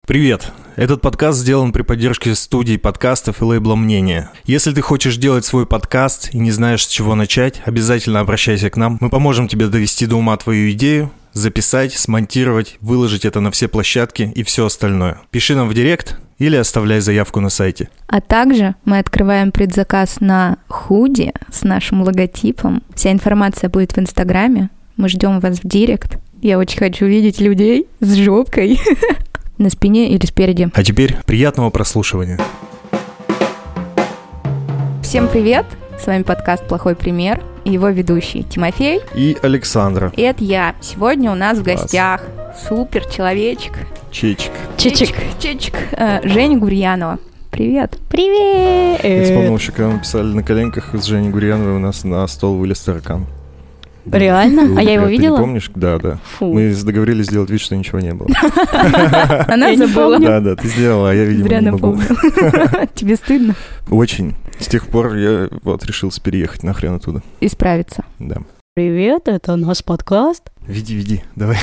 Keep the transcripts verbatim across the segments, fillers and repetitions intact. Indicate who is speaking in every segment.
Speaker 1: Привет! Этот подкаст сделан при поддержке студии подкастов и лейбла «Мнение». Если ты хочешь делать свой подкаст и не знаешь, с чего начать, обязательно обращайся к нам. Мы поможем тебе довести до ума твою идею, записать, смонтировать, выложить это на все площадки и все остальное. Пиши нам в директ или оставляй заявку на сайте.
Speaker 2: А также мы открываем предзаказ на худи с нашим логотипом. Вся информация будет в Инстаграме. Мы ждем вас в директ. Я очень хочу видеть людей с жопкой на спине или спереди.
Speaker 1: А теперь приятного прослушивания.
Speaker 2: Всем привет! С вами подкаст «Плохой пример» и его ведущий Тимофей
Speaker 1: и Александра.
Speaker 2: И это я. Сегодня у нас в гостях супер человечек.
Speaker 1: Чечик.
Speaker 2: Чечик. Чечик. Э, Женя Гурьянова. Привет. Привет.
Speaker 1: Я вспомнил еще, когда мы писали на коленках с Женей Гурьяновой, у нас на стол вылез таракан.
Speaker 2: Реально? А я его видела?
Speaker 1: Ты не помнишь? Да, да.
Speaker 2: Фу.
Speaker 1: Мы договорились сделать вид, что ничего не было.
Speaker 2: Она забыла.
Speaker 1: Да, да, ты сделала, а я, видимо,
Speaker 2: Зря
Speaker 1: не могу.
Speaker 2: напомнил. Тебе стыдно?
Speaker 1: Очень. С тех пор я вот решился переехать нахрен оттуда.
Speaker 2: Исправиться.
Speaker 1: Да.
Speaker 3: Привет, это наш подкаст.
Speaker 1: Веди, веди, давай.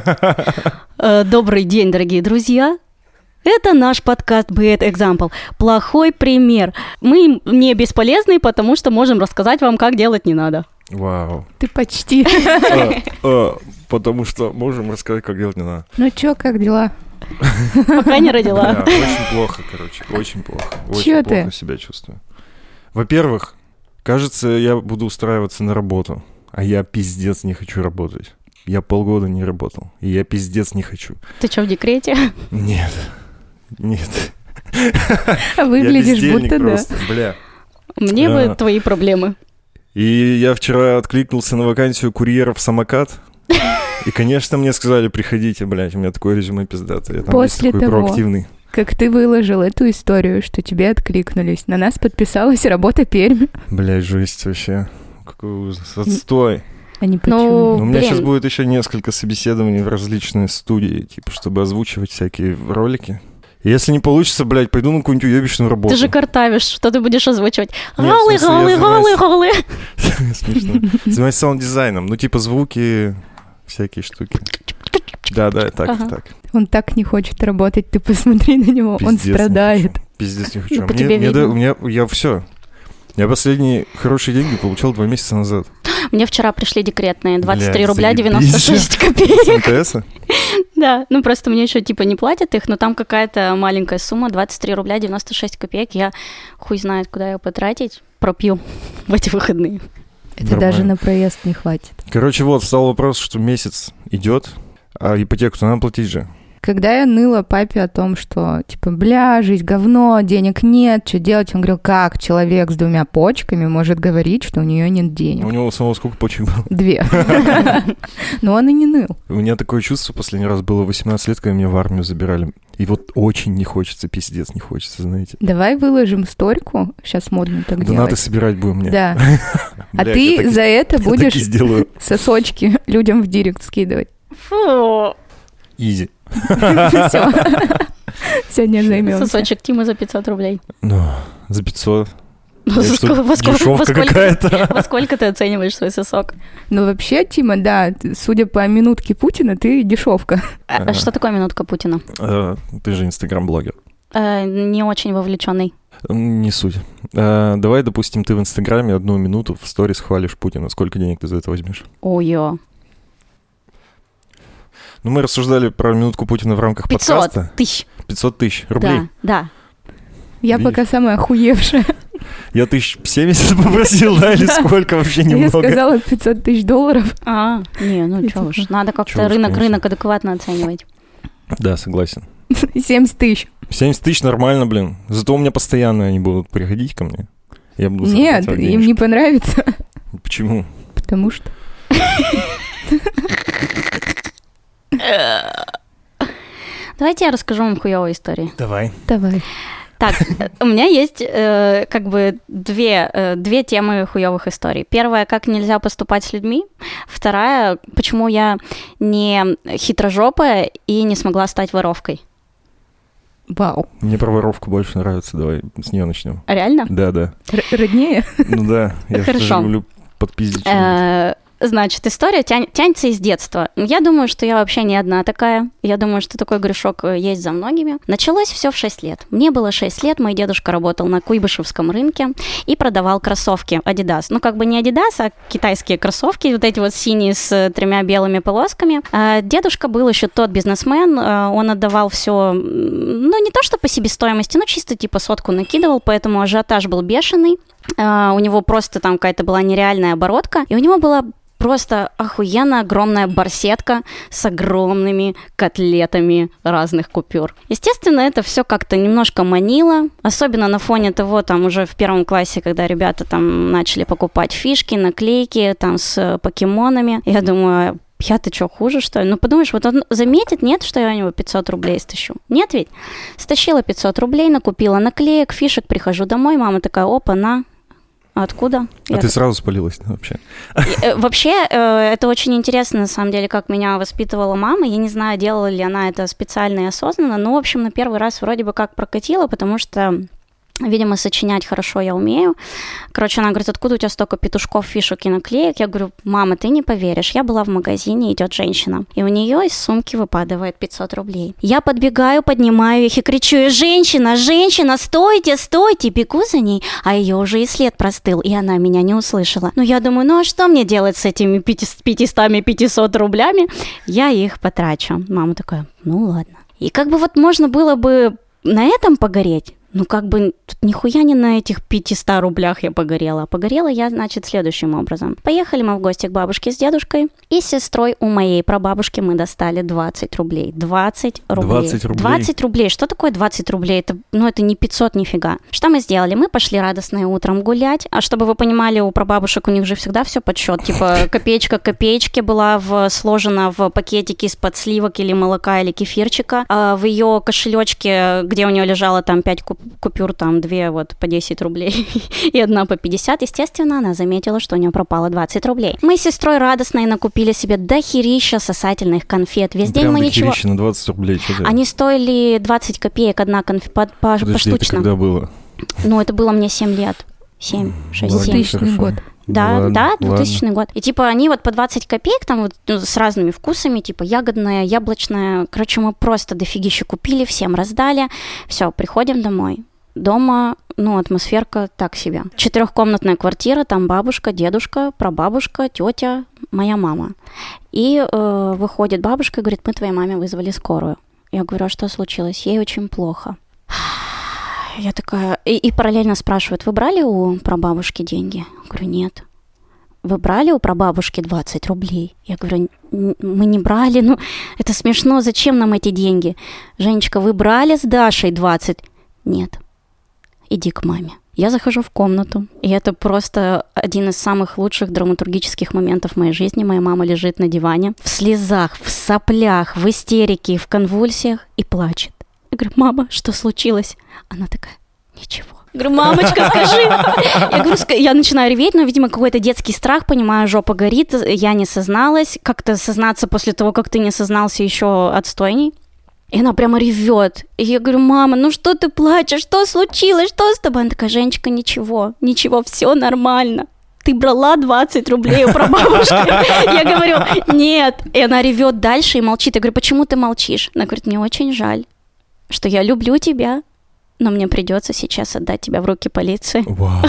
Speaker 3: Добрый день, дорогие друзья. Это наш подкаст Bad Example. Плохой пример. Мы не бесполезны, потому что можем рассказать вам, как делать не надо.
Speaker 1: Вау.
Speaker 2: Ты почти.
Speaker 1: А, а, потому что можем рассказать, как делать не надо.
Speaker 2: Ну чё, как дела?
Speaker 3: Пока не родила.
Speaker 1: Да, очень плохо, короче, очень плохо. Очень
Speaker 2: Чё
Speaker 1: плохо
Speaker 2: ты?
Speaker 1: себя чувствую. Во-первых, кажется, я буду устраиваться на работу, а я пиздец не хочу работать. Я полгода не работал, и я пиздец не хочу.
Speaker 3: Ты что, в декрете?
Speaker 1: Нет, нет.
Speaker 2: Выглядишь
Speaker 1: Я бездельник
Speaker 2: будто да.
Speaker 1: просто, бля.
Speaker 3: Мне
Speaker 1: А.
Speaker 3: бы твои проблемы.
Speaker 1: И я вчера откликнулся на вакансию курьера в самокат. И, конечно, мне сказали, приходите, блядь, у меня такое резюме пиздатое. Я там
Speaker 2: После
Speaker 1: весь такой
Speaker 2: того,
Speaker 1: проактивный.
Speaker 2: Как ты выложил эту историю, что тебе откликнулись. На нас подписалась работа Пермь.
Speaker 1: Блядь, жесть вообще. Какой ужас. Отстой.
Speaker 2: А не
Speaker 3: Ну,
Speaker 2: почему?
Speaker 1: У меня
Speaker 3: блин.
Speaker 1: сейчас будет еще несколько собеседований в различные студии, типа, чтобы озвучивать всякие ролики. И если не получится, блядь, пойду на какую-нибудь уебищную работу.
Speaker 3: Ты же картавишь, что ты будешь озвучивать?
Speaker 1: Нет,
Speaker 3: Голы,
Speaker 1: в смысле, я
Speaker 3: голы, голы, голы.
Speaker 1: Смешно. Занимаюсь саунд-дизайном. Ну, типа, звуки, всякие штуки. Да-да, так,
Speaker 3: Ага.
Speaker 1: так.
Speaker 2: Он так не хочет работать, ты посмотри на него, он
Speaker 1: Пиздец не
Speaker 2: страдает.
Speaker 1: хочу. Пиздец не хочу.
Speaker 3: Ну, по
Speaker 1: Мне-
Speaker 3: тебе
Speaker 1: мне да-
Speaker 3: видно.
Speaker 1: У меня, я все. Я последние хорошие деньги получал два месяца назад.
Speaker 3: Мне вчера пришли декретные. двадцать три
Speaker 1: Блядь,
Speaker 3: рубля
Speaker 1: заебись.
Speaker 3: девяносто шесть
Speaker 1: С
Speaker 3: копеек.
Speaker 1: МТСа?
Speaker 3: Да, ну просто мне еще типа не платят их, но там какая-то маленькая сумма, двадцать три рубля девяносто шесть копеек. Я хуй знает, куда ее потратить. Пропью в эти выходные.
Speaker 2: Это
Speaker 1: Нормально.
Speaker 2: даже на проезд не хватит.
Speaker 1: Короче, вот, встал вопрос, что месяц идет, а ипотеку-то надо платить же.
Speaker 2: Когда я ныла папе о том, что, типа, бля, жизнь говно, денег нет, что делать? Он говорил, как человек с двумя почками может говорить, что у нее нет
Speaker 1: У
Speaker 2: денег?
Speaker 1: него самого сколько почек было?
Speaker 2: Две. Но он и не ныл.
Speaker 1: У меня такое чувство последний раз было восемнадцать лет, когда меня в армию забирали. И вот очень не хочется, пиздец не хочется, знаете.
Speaker 2: Давай выложим сторику, сейчас модно так
Speaker 1: Донаты
Speaker 2: делать.
Speaker 1: собирать будем мне.
Speaker 2: Да. А
Speaker 1: Блядь,
Speaker 2: ты
Speaker 1: я так и-
Speaker 2: за это
Speaker 1: я так
Speaker 2: будешь
Speaker 1: и сделаю.
Speaker 2: сосочки людям в директ скидывать.
Speaker 3: Фу.
Speaker 1: Изи.
Speaker 2: Все. Сегодня займемся.
Speaker 3: Сосочек Тимы за пятьсот рублей.
Speaker 1: Ну, за пятьсот.
Speaker 3: Во
Speaker 1: Я что,
Speaker 3: сколько- во сколько- во
Speaker 1: дешевка
Speaker 3: сколько-
Speaker 1: какая-то.
Speaker 3: Во сколько ты оцениваешь свой сосок?
Speaker 2: Ну, вообще, Тима, да, ты- судя по минутке Путина, ты дешевка.
Speaker 3: А
Speaker 1: Ага.
Speaker 3: что такое минутка Путина?
Speaker 1: Э, Ты же инстаграм-блогер.
Speaker 3: Э, не очень вовлеченный.
Speaker 1: Не суть. Э, Давай, допустим, ты в инстаграме одну минуту в сторис хвалишь Путина. Сколько денег ты за это возьмешь?
Speaker 3: Ой-ё.
Speaker 1: Ну, мы рассуждали про минутку Путина в рамках
Speaker 3: пятьсот
Speaker 1: подкаста.
Speaker 3: тысяч.
Speaker 1: пятьсот тысяч рублей.
Speaker 3: Да, да.
Speaker 2: Я
Speaker 1: Видишь?
Speaker 2: пока самая охуевшая.
Speaker 1: Я тысяч семьдесят попросил, да, или сколько вообще
Speaker 2: Я
Speaker 1: немного?
Speaker 2: сказала пятьсот тысяч долларов.
Speaker 3: А, не, ну
Speaker 2: И
Speaker 3: чё уж,
Speaker 2: типа-
Speaker 3: надо
Speaker 1: Чё
Speaker 3: как-то
Speaker 1: уж,
Speaker 3: рынок,
Speaker 1: конечно.
Speaker 3: рынок адекватно оценивать.
Speaker 1: Да, согласен.
Speaker 2: семьдесят тысяч.
Speaker 1: семьдесят тысяч нормально, блин. Зато у меня постоянно они будут приходить ко мне. Я буду
Speaker 2: Нет,
Speaker 1: зарабатывать
Speaker 2: им не
Speaker 1: денежки.
Speaker 2: понравится.
Speaker 1: Почему?
Speaker 2: Потому что...
Speaker 3: Давайте я расскажу вам хуёвые истории.
Speaker 1: Давай.
Speaker 2: Давай.
Speaker 3: Так, у меня есть э, как бы две, э, две темы хуёвых историй. Первая, как нельзя поступать с людьми. Вторая, почему я не хитрожопая и не смогла стать воровкой.
Speaker 2: Вау.
Speaker 1: Мне про воровку больше нравится. Давай с нее начнем.
Speaker 3: А реально?
Speaker 1: Да, да.
Speaker 2: Р- роднее?
Speaker 1: Ну да, я же
Speaker 3: Хорошо.
Speaker 1: тоже люблю подпиздить. что-нибудь.
Speaker 3: Э, Значит, история тянь, тянется из детства. Я думаю, что я вообще не одна такая. Я думаю, что такой грешок есть за многими. Началось все в шесть лет. Мне было шесть лет, мой дедушка работал на Куйбышевском рынке и продавал кроссовки Adidas. Ну, как бы не Adidas, а китайские кроссовки, вот эти вот синие с тремя белыми полосками. А дедушка был еще тот бизнесмен, он отдавал все, ну, не то что по себестоимости, но чисто типа сотку накидывал, поэтому ажиотаж был бешеный. А, у него просто там какая-то была нереальная оборотка, и у него была просто охуенно огромная барсетка с огромными котлетами разных купюр. Естественно, это все как-то немножко манило, особенно на фоне того, там уже в первом классе, когда ребята там начали покупать фишки, наклейки там с покемонами. Я думаю, я-то что, хуже, что ли? Ну, подумаешь, вот он заметит, нет, что я у него пятьсот рублей стащу? Нет ведь? Стащила пятьсот рублей, накупила наклеек, фишек, прихожу домой, мама такая, опа, на... Откуда?
Speaker 1: А я ты так... сразу спалилась да, вообще?
Speaker 3: И, вообще, э, это очень интересно, на самом деле, как меня воспитывала мама. Я не знаю, делала ли она это специально и осознанно, но, в общем, на первый раз вроде бы как прокатила, потому что... Видимо, сочинять хорошо я умею. Короче, она говорит, откуда у тебя столько петушков, фишек и наклеек? Я говорю, мама, ты не поверишь. Я была в магазине, идет женщина, и у нее из сумки выпадает пятьсот рублей. Я подбегаю, поднимаю их и кричу, женщина, женщина, стойте, стойте, бегу за ней, а ее уже и след простыл, и она меня не услышала. Ну, я думаю, ну, а что мне делать с этими пятьюстами-пятисот рублями? Я их потрачу. Мама такая, ну, ладно. И как бы вот можно было бы на этом погореть, ну, как бы, тут нихуя не на этих пятистах рублях я погорела. Погорела я, значит, следующим образом. Поехали мы в гости к бабушке с дедушкой. И с сестрой у моей прабабушки мы достали двадцать рублей. двадцать рублей.
Speaker 1: двадцать рублей?
Speaker 3: двадцать рублей. Что такое двадцать рублей? Это, ну, это не пятьсот нифига. Что мы сделали? Мы пошли радостно утром гулять. А чтобы вы понимали, у прабабушек у них же всегда все подсчет. Типа, копеечка к копеечке была в, сложена в пакетике из-под сливок или молока, или кефирчика. А в ее кошелечке, где у нее лежало там пять куб купюр, там две вот по десять рублей и одна по пятьдесят, естественно, она заметила, что у нее пропало двадцать рублей. Мы с сестрой радостно и накупили себе дохерища сосательных конфет. Весь
Speaker 1: Прям
Speaker 3: день мы ничего...
Speaker 1: на двадцать рублей. Что
Speaker 3: Они стоили двадцать копеек одна конф... по, по,
Speaker 1: Подожди,
Speaker 3: поштучно.
Speaker 1: Это когда было?
Speaker 3: Ну, это было мне семь лет. семь, шесть, семь.
Speaker 2: двухтысячный год.
Speaker 3: Да,
Speaker 1: ладно,
Speaker 3: да, двухтысячный
Speaker 1: ладно.
Speaker 3: год. И типа они вот по двадцать копеек, там вот ну, с разными вкусами, типа ягодная, яблочная. Короче, мы просто дофигища купили, всем раздали. Все, приходим домой. Дома, ну, атмосферка так себе. Четырехкомнатная квартира, там бабушка, дедушка, прабабушка, тетя, моя мама. И э, выходит бабушка и говорит, мы твоей маме вызвали скорую. Я говорю, а что случилось? Ей очень плохо. Я такая... И, и параллельно спрашивают, вы брали у прабабушки деньги? Я говорю, нет. Вы брали у прабабушки двадцать рублей? Я говорю, мы не брали, ну, это смешно, зачем нам эти деньги? Женечка, вы брали с Дашей двадцать? Нет. Иди к маме. Я захожу в комнату, и это просто один из самых лучших драматургических моментов в моей жизни. Моя мама лежит на диване в слезах, в соплях, в истерике, в конвульсиях и плачет. Я говорю, мама, что случилось? Она такая, ничего. Я говорю, мамочка, скажи. Я говорю, я начинаю реветь, но, видимо, какой-то детский страх, понимаю, жопа горит, я не созналась. Как-то сознаться после того, как ты не сознался, еще отстойней. И она прямо ревет. И я говорю, мама, ну что ты плачешь? Что случилось? Что с тобой? Она такая, Женечка, ничего, ничего, все нормально. Ты брала двадцать рублей у прабабушки? Я говорю, нет. И она ревет дальше и молчит. Я говорю, почему ты молчишь? Она говорит, мне очень жаль, что я люблю тебя, но мне придется сейчас отдать тебя в руки полиции.
Speaker 1: Вау,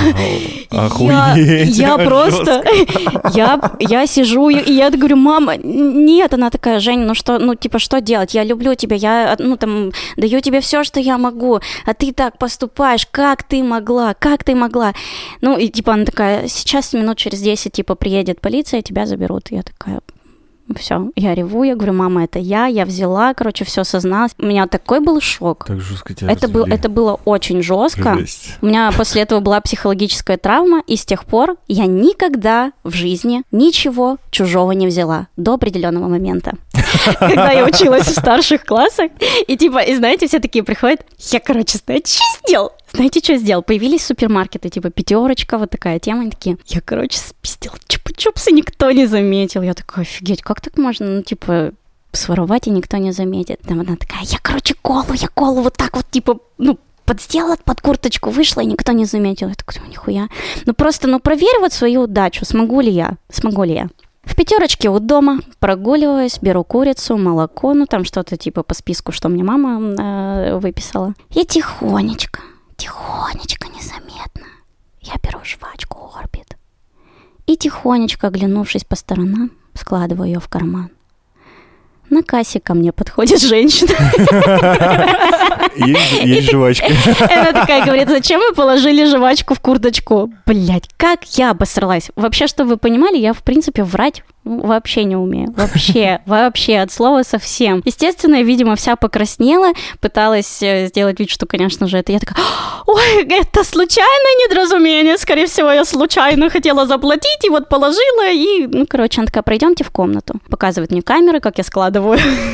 Speaker 1: охуеть.
Speaker 3: Я, я просто, я, я сижу, и я говорю, мама, нет, она такая, Жень, ну что, ну типа, что делать? Я люблю тебя, я, ну там, даю тебе все, что я могу, а ты так поступаешь, как ты могла, как ты могла? Ну, и типа, она такая, сейчас минут через десять, типа, приедет полиция, тебя заберут. Я такая... Все, я реву, я говорю, мама, это я, я взяла, короче, все созналась. У меня такой был шок.
Speaker 1: Так жестко тебя
Speaker 3: это, был, это было очень жестко.
Speaker 1: Жесть.
Speaker 3: У меня после этого была психологическая травма, и с тех пор я никогда в жизни ничего чужого не взяла до определенного момента. Когда я училась в старших классах, и типа, и знаете, все такие приходят, я, короче, знаете, что сделал? Знаете, что сделал? Появились супермаркеты, типа пятерочка, вот такая тема, они такие, я, короче, спиздил чупа-чупсы, никто не заметил. Я такая, офигеть, как так можно, ну, типа, своровать, и никто не заметит. Там она такая, я, короче, колу, я колу вот так вот, типа, ну, подстелала под курточку, вышла, и никто не заметил. Я такая, нихуя. Ну, просто, ну, проверь вот свою удачу, смогу ли я, смогу ли я. В пятерочке у дома прогуливаюсь, беру курицу, молоко, ну там что-то типа по списку, что мне мама э, выписала. И тихонечко, тихонечко, незаметно я беру жвачку Орбит. И тихонечко, оглянувшись по сторонам, складываю ее в карман. На кассе ко мне подходит женщина.
Speaker 1: Есть, есть жвачка.
Speaker 3: Она такая говорит, зачем вы положили жвачку в курточку? Блять, как я обосралась. Вообще, чтобы вы понимали, я, в принципе, врать вообще не умею. Вообще, вообще, от слова совсем. Естественно, я, видимо, вся покраснела, пыталась сделать вид, что, конечно же, это я такая, ой, это случайное недоразумение, скорее всего, я случайно хотела заплатить, и вот положила, и, ну, короче, она такая, пройдемте в комнату. Показывает мне камеры, как я складываю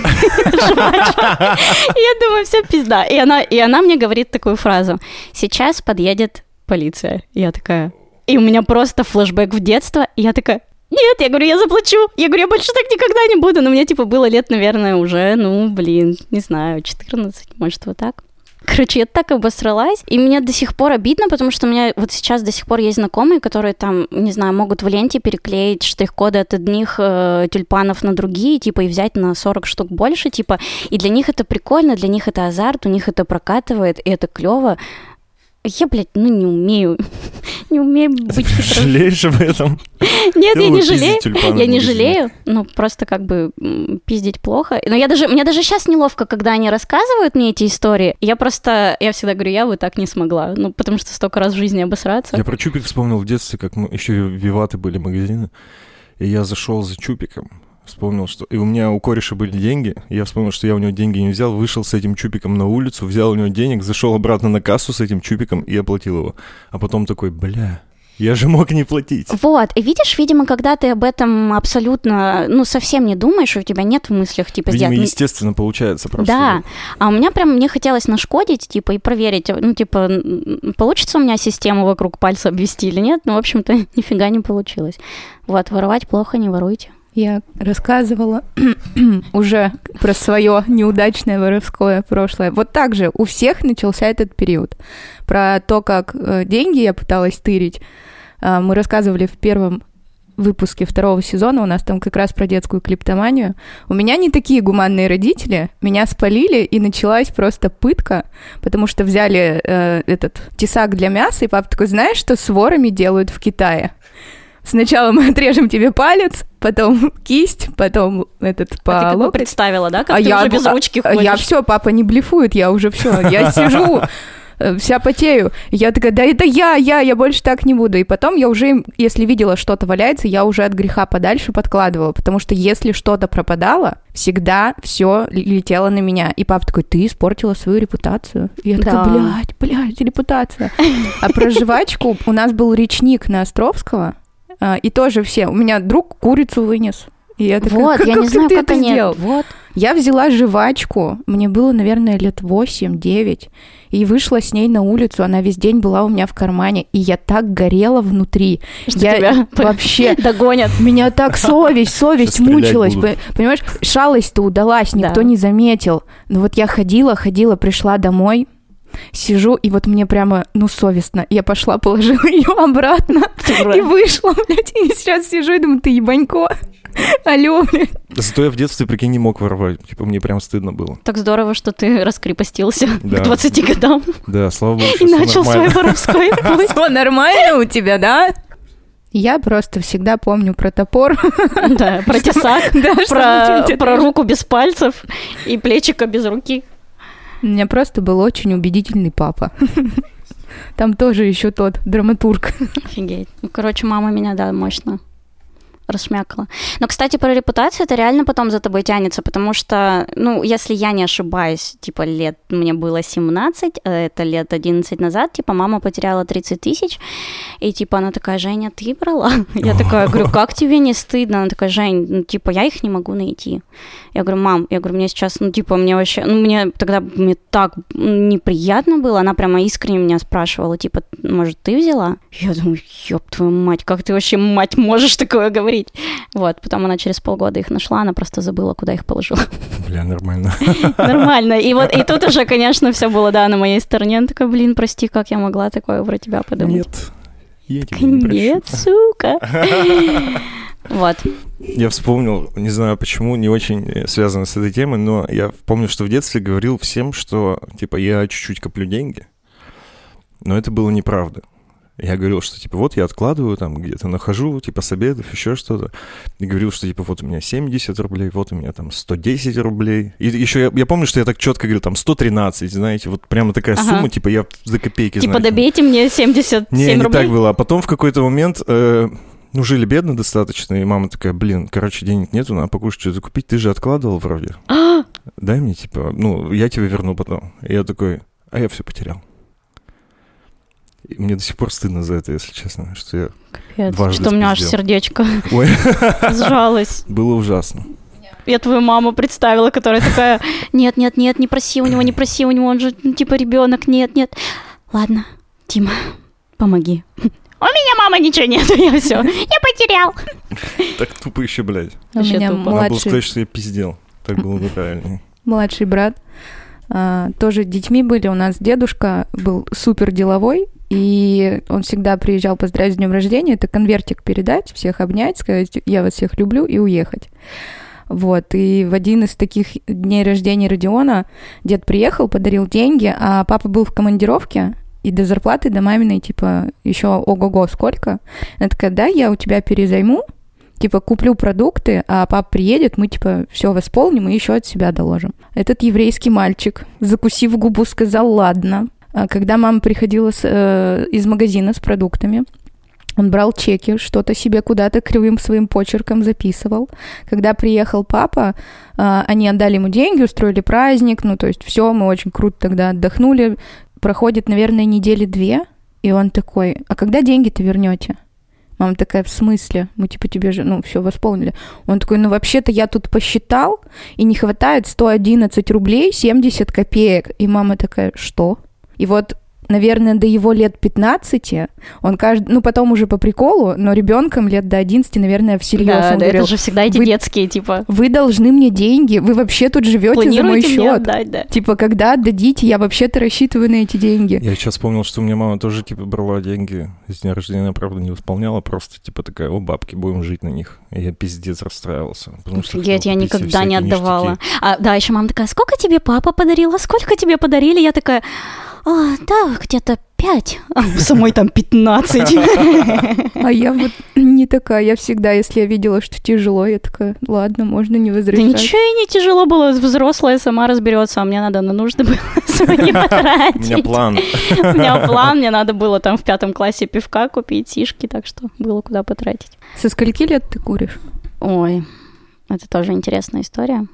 Speaker 3: жвачку. И я думаю, все пизда. И она, и она мне говорит такую фразу, сейчас подъедет полиция. И я такая, и у меня просто флешбэк в детство, и я такая, нет, я говорю, я заплачу. Я говорю, я больше так никогда не буду. Но мне, типа, было лет, наверное, уже, ну, блин, не знаю, четырнадцать, может, вот так. Короче, я так обосралась, и мне до сих пор обидно, потому что у меня вот сейчас до сих пор есть знакомые, которые там, не знаю, могут в ленте переклеить штрих-коды от одних э, тюльпанов на другие, типа, и взять на сорок штук больше, типа, и для них это прикольно, для них это азарт, у них это прокатывает, и это клево. Я, блядь, ну не умею, не умею быть хитрой.
Speaker 1: Жалеешь об этом?
Speaker 3: Нет, я не жалею, я не жалею, ну просто как бы пиздить плохо. Но я даже, мне даже сейчас неловко, когда они рассказывают мне эти истории. Я просто, я всегда говорю, я бы так не смогла, ну потому что столько раз в жизни обосраться.
Speaker 1: Я про чупик вспомнил в детстве, как мы еще виваты были магазины, и я зашел за чупиком. Вспомнил, что... И у меня у кореша были деньги. И я вспомнил, что я у него деньги не взял. Вышел с этим чупиком на улицу, взял у него денег, зашел обратно на кассу с этим чупиком и оплатил его. А потом такой, бля, я же мог не платить.
Speaker 3: Вот. И видишь, видимо, когда ты об этом абсолютно, ну, совсем не думаешь, у тебя нет в мыслях, типа...
Speaker 1: Видимо,
Speaker 3: сделать...
Speaker 1: естественно, получается просто.
Speaker 3: Да. А у меня прям, мне хотелось нашкодить, типа, и проверить, ну, типа, получится у меня систему вокруг пальца обвести или нет. Ну, в общем-то, нифига не получилось. Вот. Воровать плохо, не воруйте.
Speaker 2: Я рассказывала уже про свое неудачное воровское прошлое. Вот так же у всех начался этот период. Про то, как деньги я пыталась тырить, мы рассказывали в первом выпуске второго сезона, у нас там как раз про детскую клептоманию. У меня не такие гуманные родители, меня спалили, и началась просто пытка, потому что взяли э, этот тесак для мяса, и папа такой, знаешь, что с ворами делают в Китае? Сначала мы отрежем тебе палец, потом кисть, потом этот по
Speaker 3: а ты
Speaker 2: локоть.
Speaker 3: Представила, да, как
Speaker 2: а
Speaker 3: ты
Speaker 2: я,
Speaker 3: уже без ручки ходишь?
Speaker 2: Я все, папа не блефует, я уже все, я сижу, вся потею. Я такая, да это я, я, я больше так не буду. И потом я уже, если видела, что-то валяется, я уже от греха подальше подкладывала, потому что если что-то пропадало, всегда все летело на меня. И папа такой, ты испортила свою репутацию. И я такая,
Speaker 3: да.
Speaker 2: блядь, блядь, репутация. А про жвачку у нас был речник на Островского, и тоже все. У меня друг курицу вынес. И я такая,
Speaker 3: вот,
Speaker 2: как,
Speaker 3: я
Speaker 2: как
Speaker 3: не
Speaker 2: ты
Speaker 3: знаю,
Speaker 2: это
Speaker 3: как они...
Speaker 2: сделал?
Speaker 3: Вот.
Speaker 2: Я взяла жвачку, мне было, наверное, лет восемь-девять, и вышла с ней на улицу, она весь день была у меня в кармане, и я так горела внутри.
Speaker 3: Что
Speaker 2: я
Speaker 3: тебя
Speaker 2: вообще
Speaker 3: догонят.
Speaker 2: Меня так совесть, совесть мучилась. Понимаешь, шалость-то удалась, никто да. не заметил. Но вот я ходила, ходила, пришла домой, сижу, и вот мне прямо, ну, совестно. Я пошла, положила ее обратно и вышла, блядь, и сейчас сижу и думаю, ты ебанько. Алло, блядь.
Speaker 1: Зато я в детстве, прикинь, не мог воровать. Типа, мне прям стыдно было.
Speaker 3: Так здорово, что ты раскрепостился
Speaker 1: да.
Speaker 3: к двадцати годам.
Speaker 1: Да, слава богу,
Speaker 3: и начал свой воровской путь.
Speaker 2: Все нормально у тебя, да? Я просто всегда помню про топор.
Speaker 3: Да, про тесак, про руку без пальцев и плечико без руки.
Speaker 2: У меня просто был очень убедительный папа. Там тоже еще тот драматург.
Speaker 3: Офигеть. Ну, короче, мама меня, да, мощно расшмякала. Но, кстати, про репутацию это реально потом за тобой тянется, потому что, ну, если я не ошибаюсь, типа, лет мне было семнадцать, это лет одиннадцать назад, типа, мама потеряла тридцать тысяч, и, типа, она такая, Женя, ты брала? Я такая, говорю, как тебе не стыдно? Она такая, Жень, ну, типа, я их не могу найти. Я говорю, мам, я говорю, мне сейчас, ну, типа, мне вообще, ну, мне тогда, мне так неприятно было, она прямо искренне меня спрашивала, типа, может, ты взяла? Я думаю, ёб твою мать, как ты вообще, мать, можешь такое говорить? Вот, потом она через полгода их нашла, она просто забыла, куда их положила.
Speaker 1: Бля, нормально.
Speaker 3: Нормально. И вот, и тут уже, конечно, все было, да, на моей стороне. Она такая, блин, прости, как я могла такое про тебя подумать?
Speaker 1: Нет, я тебя не прощу.
Speaker 3: Нет, сука. Вот.
Speaker 1: Я вспомнил, не знаю почему, не очень связано с этой темой, но я помню, что в детстве говорил всем, что, типа, я чуть-чуть коплю деньги, но это было неправда. Я говорил, что, типа, вот я откладываю, там, где-то нахожу, типа, с обедов, еще что-то. И говорил, что, типа, вот у меня семьдесят рублей, вот у меня там сто десять рублей. И еще я, я помню, что я так четко говорил, там, сто тринадцать, знаете, вот прямо такая ага. сумма, типа, я за копейки,
Speaker 3: Типа,
Speaker 1: знаете.
Speaker 3: добейте мне семьдесят семь
Speaker 1: не,
Speaker 3: рублей.
Speaker 1: Не, не так было. А потом в какой-то момент, э, ну, жили бедно достаточно, и мама такая, блин, короче, денег нету, надо покушать что-то купить, ты же откладывал вроде. Дай мне, типа, ну, я тебе верну потом. И я такой, а я все потерял. И мне до сих пор стыдно за это, если честно, что я
Speaker 3: Капец,
Speaker 1: дважды
Speaker 3: что у меня аж
Speaker 1: спиздел.
Speaker 3: сердечко сжалось.
Speaker 1: Было ужасно.
Speaker 3: Я твою маму представила, которая такая, нет, нет, нет, не проси у него, не проси у него, он же ну, типа ребенок, нет, нет. Ладно, Дима, помоги. У меня, мама, ничего нет, я все, я потерял.
Speaker 1: Так тупо еще, блядь.
Speaker 2: У меня
Speaker 1: Надо было
Speaker 2: младший,
Speaker 1: сказать, что я пиздел. Так было бы правильнее.
Speaker 2: младший брат, а, тоже детьми были. У нас дедушка был супер деловой, и он всегда приезжал поздравить с днем рождения. Это конвертик передать, всех обнять, сказать, я вас всех люблю, и уехать. Вот, и в один из таких дней рождения Родиона дед приехал, подарил деньги, а папа был в командировке, и до зарплаты, до маминой, типа, еще ого-го сколько. Она такая, да, я у тебя перезайму, типа, куплю продукты, а папа приедет, мы, типа, все восполним и еще от себя доложим. Этот еврейский мальчик, закусив губу, сказал, ладно. А когда мама приходила с, э, из магазина с продуктами, он брал чеки, что-то себе куда-то кривым своим почерком записывал. Когда приехал папа, э, они отдали ему деньги, устроили праздник, ну, то есть все, мы очень круто тогда отдохнули. Проходит, наверное, недели две, и он такой, а когда деньги-то вернете? Мама такая, в смысле? Мы, типа, тебе же, ну, все восполнили. Он такой, ну, вообще-то я тут посчитал, и не хватает сто одиннадцать рублей семьдесят копеек. И мама такая, что? И вот, наверное, до его лет пятнадцати он каждый, ну, потом уже по приколу, но ребенком лет до одиннадцати, наверное, всерьез
Speaker 3: да,
Speaker 2: он
Speaker 3: да,
Speaker 2: говорил,
Speaker 3: это же всегда эти
Speaker 2: вы,
Speaker 3: детские, типа...
Speaker 2: Вы должны мне деньги, вы вообще тут живете за мой счет.
Speaker 3: Мне отдать, да.
Speaker 2: Типа, когда отдадите, я вообще-то рассчитываю на эти деньги.
Speaker 1: Я сейчас вспомнил, что у меня мама тоже, типа, брала деньги с дня рождения, она, правда, не восполняла, просто, типа, такая, о, бабки, будем жить на них. И я пиздец расстраивался.
Speaker 3: Офигеть, я никогда не отдавала. А, да, еще мама такая, сколько тебе папа подарил, а сколько тебе подарили? Я такая... А, да, где-то пять. А у самой там пятнадцать.
Speaker 2: А я вот не такая. Я всегда, если я видела, что тяжело, я такая, ладно, можно не возвращать.
Speaker 3: Да ничего и не тяжело было. Взрослая сама разберется, а мне надо на нужды было свои потратить.
Speaker 1: У меня план.
Speaker 3: У меня план. Мне надо было там в пятом классе пивка купить, сишки, так что было куда потратить.
Speaker 2: Со скольки лет ты куришь?
Speaker 3: Ой, это тоже интересная история.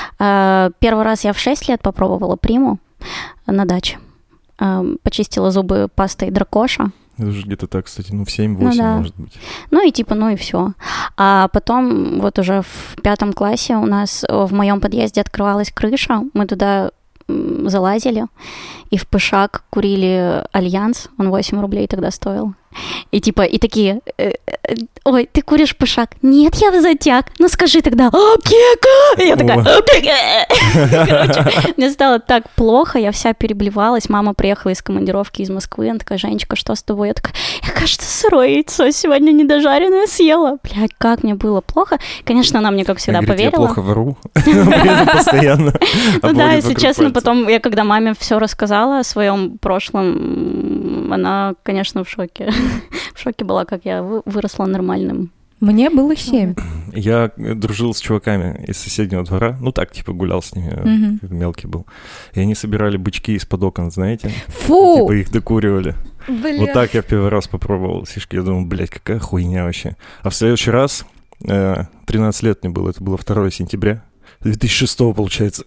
Speaker 3: Первый раз я в шесть лет попробовала приму на даче. Почистила зубы пастой Дракоша.
Speaker 1: Это же где-то так, кстати, ну в семь-восемь, ну, да. Может быть.
Speaker 3: Ну и типа, ну и все. А потом вот уже в пятом классе у нас в моем подъезде открывалась крыша, мы туда залазили и в пышак курили Альянс, он восемь рублей тогда стоил. И типа, и такие, э, э, ой, ты куришь пышак? Нет, я в затяг. Ну скажи тогда, аптека! И я такая, аптека! Короче, мне стало так плохо, я вся переблевалась. Мама приехала из командировки из Москвы, она такая, Женечка, что с тобой? Я такая, я, кажется, сырое яйцо сегодня недожаренное съела. Блядь, как мне было плохо. Конечно, она мне, как всегда,
Speaker 1: говорит,
Speaker 3: поверила.
Speaker 1: Я плохо вру, постоянно.
Speaker 3: Ну да, если честно, потом я, когда маме все рассказала о своем прошлом, она, конечно, в шоке. В шоке была, как я выросла нормальным.
Speaker 2: Мне было семь.
Speaker 1: Я дружил с чуваками из соседнего двора. Ну так, типа, гулял с ними, mm-hmm. мелкий был. И они собирали бычки из-под окон, знаете?
Speaker 2: Фу!
Speaker 1: Типа их докуривали.
Speaker 2: Бля.
Speaker 1: Вот так я в первый раз попробовал сишки. Я думал, блядь, какая хуйня вообще. А в следующий раз, э, тринадцать лет мне было, это было второго сентября две тысячи шестого, получается.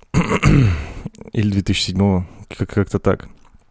Speaker 1: Или две тысячи седьмого, как-то так.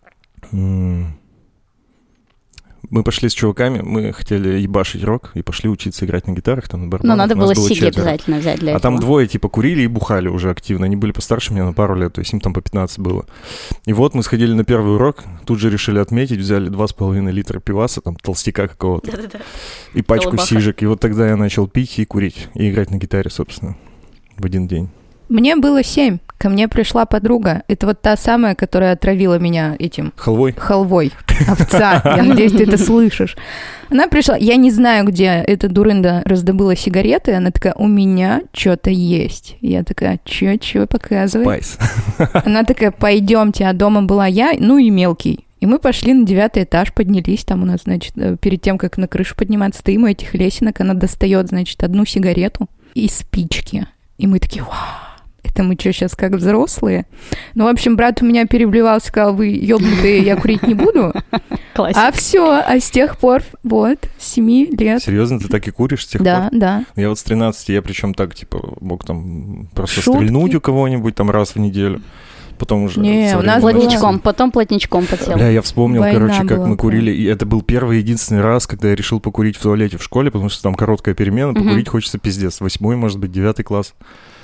Speaker 1: Мы пошли с чуваками, мы хотели ебашить рок и пошли учиться играть на гитарах, там на барабанах.
Speaker 3: Но надо было сиги обязательно взять для
Speaker 1: а
Speaker 3: этого.
Speaker 1: А там двое типа курили и бухали уже активно. Они были постарше меня на пару лет, то есть им там по пятнадцать было. И вот мы сходили на первый урок, тут же решили отметить, взяли два с половиной литра пиваса, там толстяка какого-то.
Speaker 3: Да-да-да.
Speaker 1: И пачку
Speaker 3: Колобаха.
Speaker 1: сижек. И вот тогда я начал пить и курить, и играть на гитаре, собственно, в один день.
Speaker 2: Мне было семь, ко мне пришла подруга. Это вот та самая, которая отравила меня этим...
Speaker 1: Халвой?
Speaker 2: Халвой. Овца. Я надеюсь, ты это слышишь. Она пришла, я не знаю, где эта дурында раздобыла сигареты, она такая, у меня что-то есть. Я такая, чё, чё, показывай.
Speaker 1: Спайс.
Speaker 2: Она такая, пойдемте, а дома была я, ну и мелкий. И мы пошли на девятый этаж, поднялись, там у нас, значит, перед тем, как на крышу подниматься, стоим у этих лесенок, она достает, значит, одну сигарету и спички. И мы такие, вау. Это мы что, сейчас как взрослые? Ну, в общем, брат у меня переблевался, сказал, вы ёбнутые, я курить не буду.
Speaker 3: Классика.
Speaker 2: А все, а с тех пор, вот, с семи лет.
Speaker 1: Серьезно, ты так и куришь с тех
Speaker 2: да,
Speaker 1: пор?
Speaker 2: Да, да.
Speaker 1: Я вот с тринадцати, я причем так, типа, мог там просто
Speaker 2: Шутки.
Speaker 1: стрельнуть у кого-нибудь там раз в неделю. Потом уже...
Speaker 2: Не, у нас
Speaker 3: плотничком, потом плотничком потел.
Speaker 1: Бля, я вспомнил,
Speaker 2: Война
Speaker 1: короче, как
Speaker 2: была,
Speaker 1: мы
Speaker 2: да.
Speaker 1: курили, и это был первый и единственный раз, когда я решил покурить в туалете в школе, потому что там короткая перемена, покурить
Speaker 3: Мгм.
Speaker 1: хочется пиздец. Восьмой, может быть, девятый класс.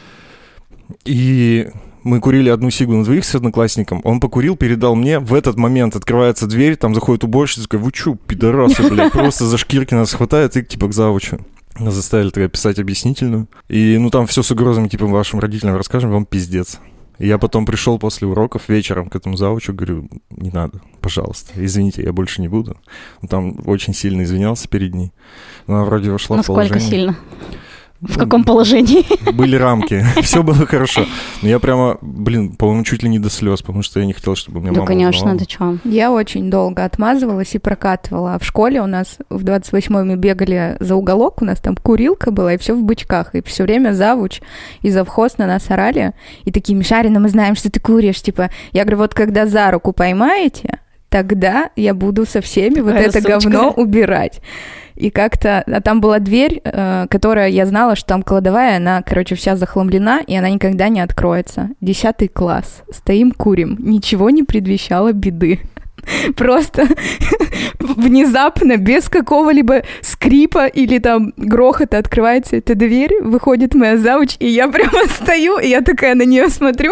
Speaker 1: И мы курили одну сигу на двоих с одноклассником. Он покурил, передал мне. В этот момент открывается дверь, там заходит уборщица, такая, вы чё, пидорасы, блядь, просто за шкирки нас хватает и типа к завучу. Нас заставили тогда писать объяснительную. И ну там все с угрозами, типа, вашим родителям расскажем, вам пиздец. И я потом пришел после уроков вечером к этому завучу, говорю, не надо, пожалуйста, извините, я больше не буду. Он там очень сильно извинялся перед ней. Она вроде вошла
Speaker 3: Насколько
Speaker 1: в положение.
Speaker 3: сильно? В каком положении?
Speaker 1: Были рамки, все было хорошо. Но я прямо, блин, по-моему, чуть ли не до слез, потому что я не хотел, чтобы у меня
Speaker 3: Ну,
Speaker 1: мама
Speaker 3: конечно,
Speaker 1: узнавала.
Speaker 3: ты чё?
Speaker 2: Я очень долго отмазывалась и прокатывала. А в школе у нас в двадцать восьмой мы бегали за уголок, у нас там курилка была, и все в бычках. И все время завуч и завхоз на нас орали. И такие, Мишарина, мы знаем, что ты куришь. Типа, я говорю, вот когда за руку поймаете, тогда я буду со всеми вот
Speaker 3: Какая
Speaker 2: это
Speaker 3: сучка.
Speaker 2: говно убирать. И как-то... А там была дверь, э, которая, я знала, что там кладовая, она, короче, вся захламлена, и она никогда не откроется. Десятый класс. Стоим, курим. Ничего не предвещало беды. Просто внезапно, без какого-либо скрипа или там грохота открывается эта дверь, выходит моя завуч, и я прямо стою, и я такая на нее смотрю,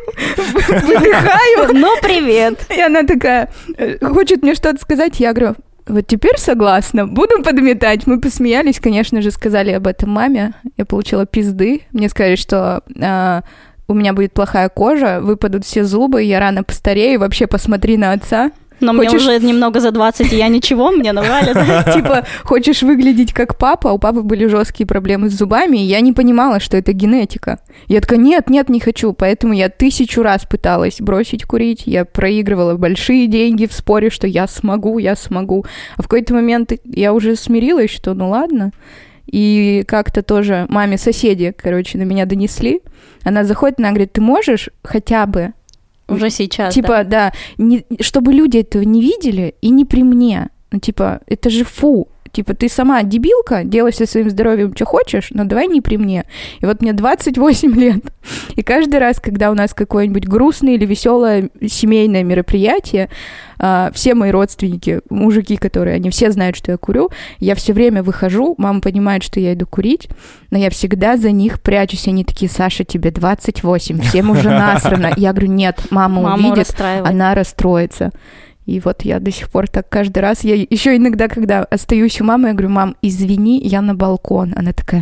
Speaker 2: выдыхаю.
Speaker 3: Ну, привет.
Speaker 2: И она такая, э, хочет мне что-то сказать, я говорю, вот теперь согласна, буду подметать. Мы посмеялись, конечно же, сказали об этом маме. Я получила пизды. Мне сказали, что э, у меня будет плохая кожа, выпадут все зубы, я рано постарею, вообще посмотри на отца.
Speaker 3: Но
Speaker 2: Хочешь-
Speaker 3: мне уже немного за двадцать, и я ничего, мне навалят.
Speaker 2: Типа, хочешь выглядеть как папа? У папы были жесткие проблемы с зубами, и я не понимала, что это генетика. Я такая, нет, нет, не хочу. Поэтому я тысячу раз пыталась бросить курить. Я проигрывала большие деньги в споре, что я смогу, я смогу. А в какой-то момент я уже смирилась, что ну ладно. И как-то тоже маме соседи, короче, на меня донесли. Она заходит, она говорит, ты можешь хотя бы...
Speaker 3: Уже сейчас,
Speaker 2: Типа, да, не, чтобы люди этого не видели и не при мне. Ну, типа, это же фу. Типа, ты сама дебилка, делай со своим здоровьем, что хочешь, но давай не при мне. И вот мне двадцать восемь лет. И каждый раз, когда у нас какое-нибудь грустное или веселое семейное мероприятие, а, все мои родственники, мужики, которые, они все знают, что я курю, я все время выхожу, мама понимает, что я иду курить, но я всегда за них прячусь. Они такие, Саша, тебе двадцать восемь, всем уже насрано. Я говорю, нет, мама
Speaker 3: Маму
Speaker 2: увидит,
Speaker 3: расстраивает.
Speaker 2: она расстроится. И вот я до сих пор так каждый раз... Я еще иногда, когда остаюсь у мамы, я говорю, мам, извини, я на балкон. Она такая,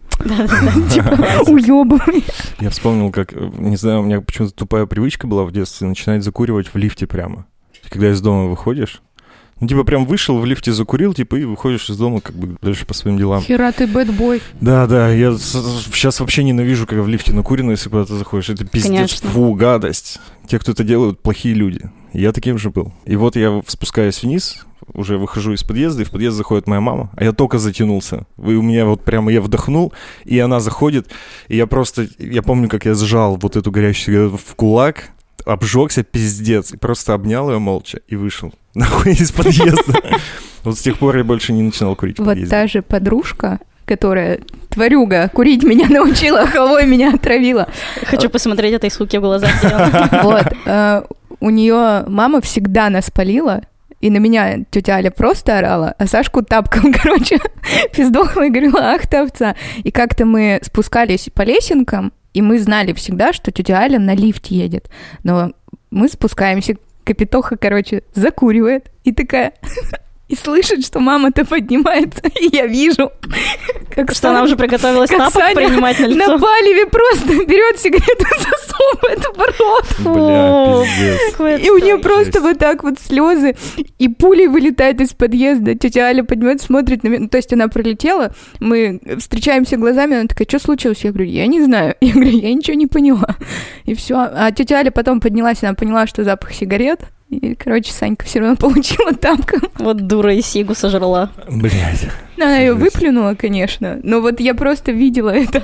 Speaker 2: типа, уёбывай.
Speaker 1: Я вспомнил, как, не знаю, у меня почему-то тупая привычка была в детстве начинать закуривать в лифте прямо. Когда из дома выходишь, ну, типа, прям вышел в лифте, закурил, типа, и выходишь из дома, как бы, дальше по своим делам.
Speaker 2: Хера ты бэтбой.
Speaker 1: Да, да, я сейчас вообще ненавижу, когда в лифте накурено, если куда-то заходишь. Это пиздец,
Speaker 3: Конечно.
Speaker 1: фу, гадость. Те, кто это делают, плохие люди. Я таким же был. И вот я спускаюсь вниз, уже выхожу из подъезда, и в подъезд заходит моя мама, а я только затянулся. Вы у меня вот прямо, я вдохнул, и она заходит, и я просто, я помню, как я сжал вот эту горящую сигарету в кулак, обжегся, пиздец, и просто обнял ее молча и вышел нахуй из подъезда. Вот с тех пор я больше не начинал курить в
Speaker 2: Вот
Speaker 1: подъезде.
Speaker 2: та же подружка, которая, тварюга, курить меня научила, халвой меня отравила.
Speaker 3: Хочу посмотреть этой суке в глаза.
Speaker 2: Вот. э, У нее мама всегда нас палила, и на меня тетя Аля просто орала, а Сашку тапком, короче, пиздохла и говорила, ах ты овца. И как-то мы спускались по лесенкам, и мы знали всегда, что тетя Аля на лифте едет. Но мы спускаемся, Капитоха, короче, закуривает, и такая... И слышит, что мама-то поднимается, и я вижу, как
Speaker 3: Что она уже приготовилась
Speaker 2: как
Speaker 3: тапок
Speaker 2: Саня
Speaker 3: принимать на лицо.
Speaker 2: на палеве просто берет сигарету, засовывает в эту бровку.
Speaker 1: Бля, пиздец.
Speaker 2: И у нее просто вот так вот слезы, и пулей вылетает из подъезда. Тетя Аля поднимает, смотрит на меня. Ну, то есть она пролетела, мы встречаемся глазами, она такая, что случилось? Я говорю, я не знаю. Я говорю, я ничего не поняла. И все. А тетя Аля потом поднялась, она поняла, что запах сигарет. И, короче, Санька все равно получила тапком.
Speaker 3: Вот дура и сигу сожрала.
Speaker 1: Блядь.
Speaker 2: Она ее выплюнула, конечно, но вот я просто видела это.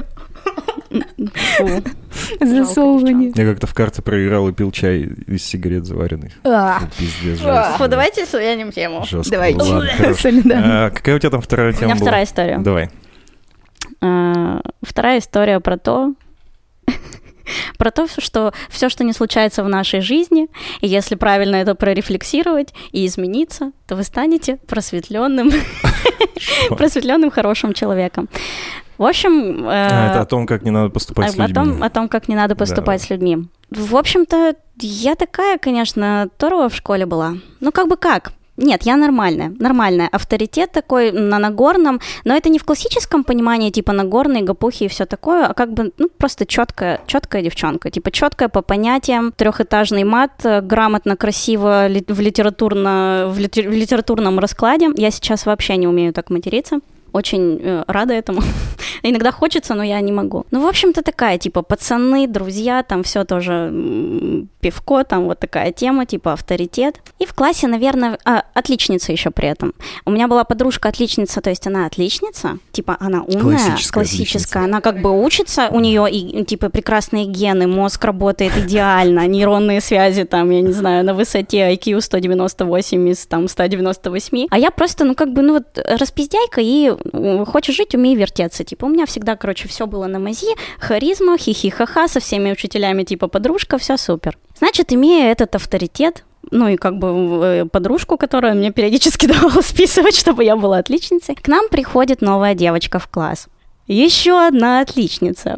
Speaker 2: Засовывание.
Speaker 1: Я как-то в карты проиграл и пил чай из сигарет заваренных. Пиздец, жесть.
Speaker 3: Фу, давайте сменим тему.
Speaker 1: Жестко.
Speaker 2: Давайте.
Speaker 1: Ладно, хорошо. А, какая у тебя там вторая тема была?
Speaker 3: У меня вторая история.
Speaker 1: Давай.
Speaker 3: А, вторая история про то, про то, что все, что не случается в нашей жизни, и если правильно это прорефлексировать и измениться, то вы станете просветленным, просветленным хорошим человеком. В общем...
Speaker 1: А, это о том, как не надо поступать с людьми.
Speaker 3: О том, о том, как не надо поступать
Speaker 1: да.
Speaker 3: с людьми. В общем-то, я такая, конечно, Торова в школе была. Ну, как бы как? Нет, я нормальная, нормальная. Авторитет такой на Нагорном, но это не в классическом понимании, типа Нагорный, Гапухи и все такое, а как бы, ну, просто четкая, четкая девчонка, типа четкая по понятиям, трехэтажный мат, грамотно, красиво, в, литературно, в, литер, в литературном раскладе. Я сейчас вообще не умею так материться. Очень э, рада этому. Иногда хочется, но я не могу. Ну, в общем-то, такая, типа, пацаны, друзья, там все тоже м- пивко, там вот такая тема, типа, авторитет. И в классе, наверное, а, отличница еще при этом. У меня была подружка-отличница, то есть она отличница, типа, она умная,
Speaker 1: классическая,
Speaker 3: классическая. Она как бы учится, у нее, и, типа, прекрасные гены, мозг работает идеально, нейронные связи, там, я не знаю, на высоте ай кью сто девяносто восемь из, там, сто девяносто восемь. А я просто, ну, как бы, ну, вот, распиздяйка и хочешь жить, умей вертеться. Типа, у меня всегда, короче, все было на мази, харизма, хихи-ха-ха, со всеми учителями, типа, подружка, все супер. Значит, имея этот авторитет, ну и как бы подружку, которая мне периодически давала списывать, чтобы я была отличницей, к нам приходит новая девочка в класс. Еще одна отличница.